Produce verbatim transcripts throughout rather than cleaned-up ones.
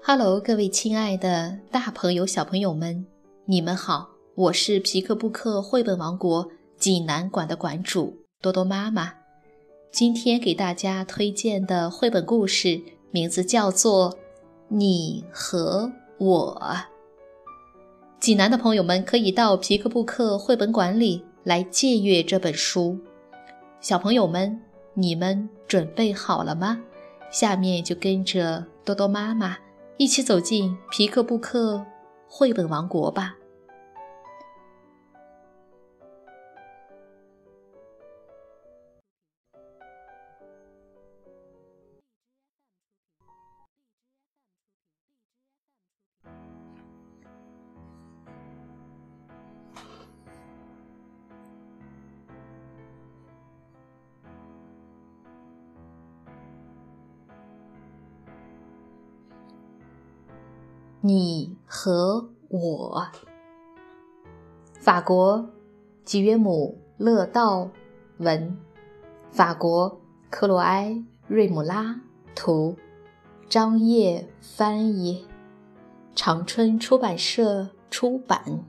Hello， 各位亲爱的大朋友小朋友们，你们好，我是皮克布克绘本王国济南馆的馆主多多妈妈。今天给大家推荐的绘本故事名字叫做《你和我》。济南的朋友们可以到皮克布克绘本馆里来借阅这本书。小朋友们，你们准备好了吗？下面就跟着多多妈妈一起走进皮克布克绘本王国吧。你和我。法国吉约姆·勒道文，法国克洛埃·瑞姆拉图，张烨翻译，长春出版社出版。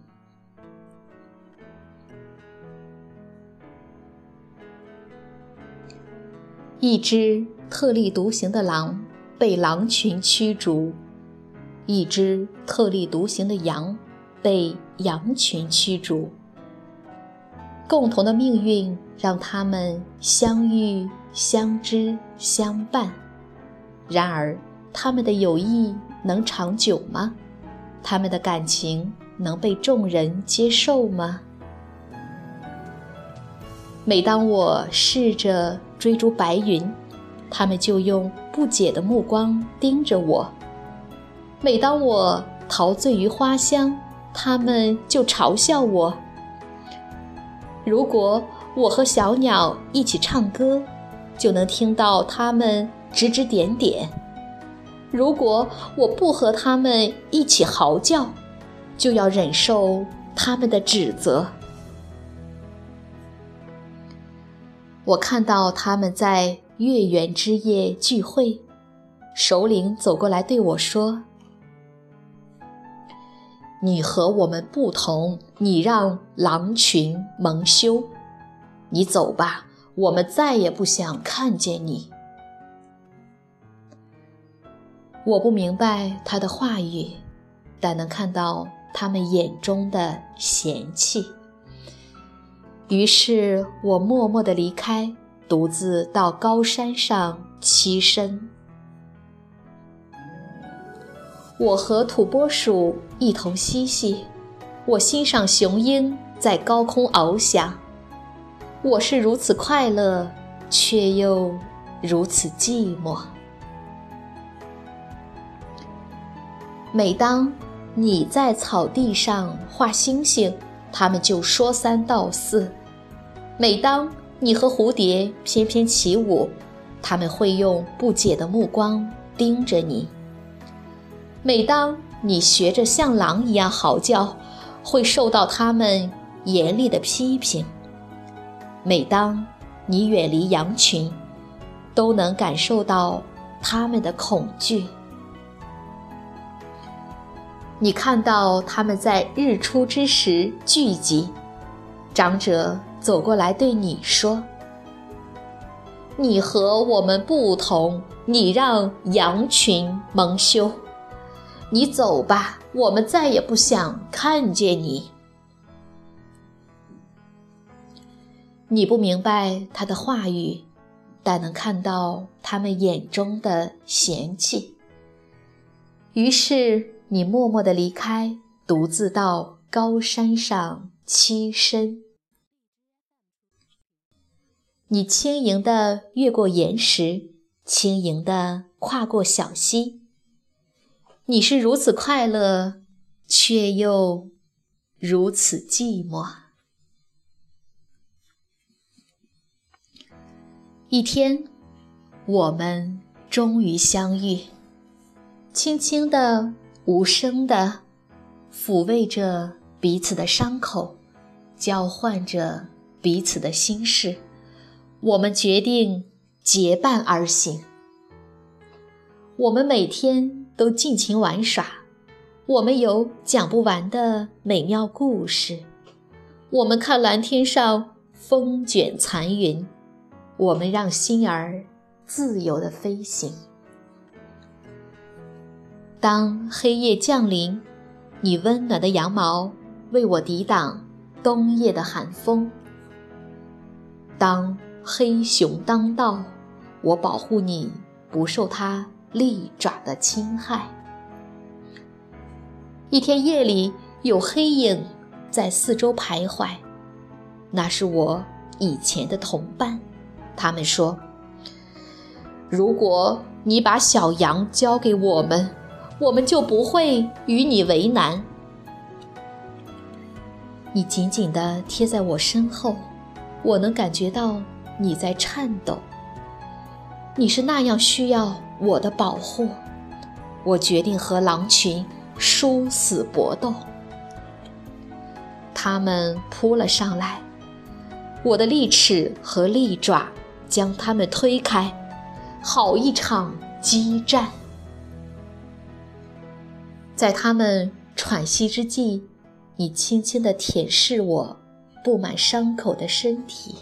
一只特立独行的狼被狼群驱逐，一只特立独行的羊被羊群驱逐，共同的命运让他们相遇、相知、相伴。然而，他们的友谊能长久吗？他们的感情能被众人接受吗？每当我试着追逐白云，他们就用不解的目光盯着我。每当我陶醉于花香，他们就嘲笑我。如果我和小鸟一起唱歌，就能听到它们指指点点；如果我不和它们一起嚎叫，就要忍受它们的指责。我看到他们在月圆之夜聚会，首领走过来对我说：你和我们不同，你让狼群蒙羞。你走吧，我们再也不想看见你。我不明白他的话语，但能看到他们眼中的嫌弃。于是我默默地离开，独自到高山上栖身。我和土拨鼠一同嬉戏，我欣赏雄鹰在高空翱翔。我是如此快乐，却又如此寂寞。每当你在草地上画星星，它们就说三道四；每当你和蝴蝶翩翩起舞，它们会用不解的目光盯着你。每当你学着像狼一样嚎叫，会受到他们严厉的批评。每当你远离羊群，都能感受到他们的恐惧。你看到他们在日出之时聚集，长者走过来对你说：你和我们不同，你让羊群蒙羞。你走吧，我们再也不想看见你。你不明白他的话语，但能看到他们眼中的嫌弃。于是你默默地离开，独自到高山上栖身。你轻盈地越过岩石，轻盈地跨过小溪。你是如此快乐，却又如此寂寞。一天，我们终于相遇，轻轻地、无声地抚慰着彼此的伤口，交换着彼此的心事。我们决定结伴而行。我们每天都尽情玩耍，我们有讲不完的美妙故事，我们看蓝天上风卷残云，我们让心儿自由地飞行。当黑夜降临，你温暖的羊毛为我抵挡冬夜的寒风。当黑熊当道，我保护你不受它利爪的侵害。一天夜里，有黑影在四周徘徊，那是我以前的同伴。他们说，如果你把小羊交给我们，我们就不会与你为难。你紧紧地贴在我身后，我能感觉到你在颤抖。你是那样需要我的保护，我决定和狼群殊死搏斗。他们扑了上来，我的利齿和利爪将他们推开，好一场激战。在他们喘息之际，你轻轻地舔舐我布满伤口的身体。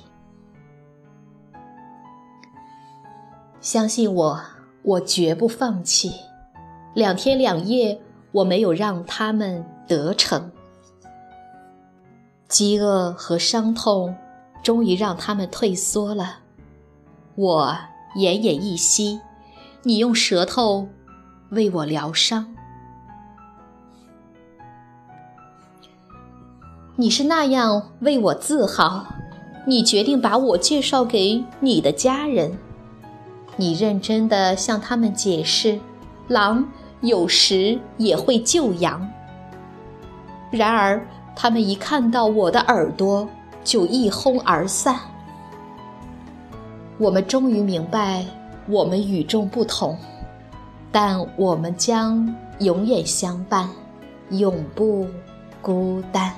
相信我，我绝不放弃。两天两夜，我没有让他们得逞。饥饿和伤痛终于让他们退缩了。我奄奄一息，你用舌头为我疗伤。你是那样为我自豪，你决定把我介绍给你的家人。你认真地向他们解释，狼有时也会救羊。然而，他们一看到我的耳朵，就一哄而散。我们终于明白，我们与众不同，但我们将永远相伴，永不孤单。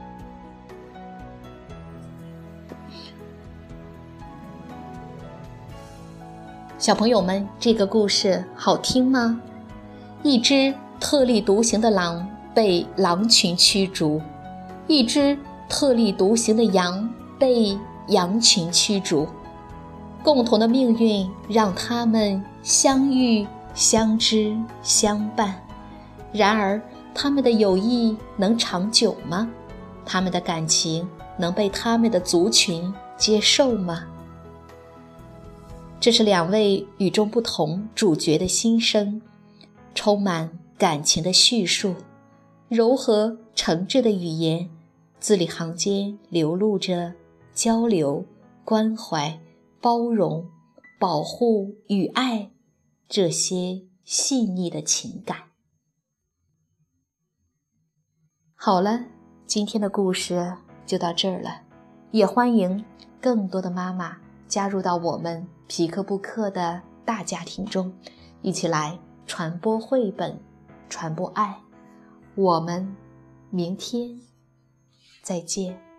小朋友们，这个故事好听吗？一只特立独行的狼被狼群驱逐，一只特立独行的羊被羊群驱逐。共同的命运让他们相遇、相知、相伴。然而，他们的友谊能长久吗？他们的感情能被他们的族群接受吗？这是两位与众不同主角的心声，充满感情的叙述，柔和诚挚的语言，字里行间流露着交流、关怀、包容、保护与爱这些细腻的情感。好了，今天的故事就到这儿了，也欢迎更多的妈妈加入到我们皮克布克的大家庭中，一起来传播绘本，传播爱。我们明天再见。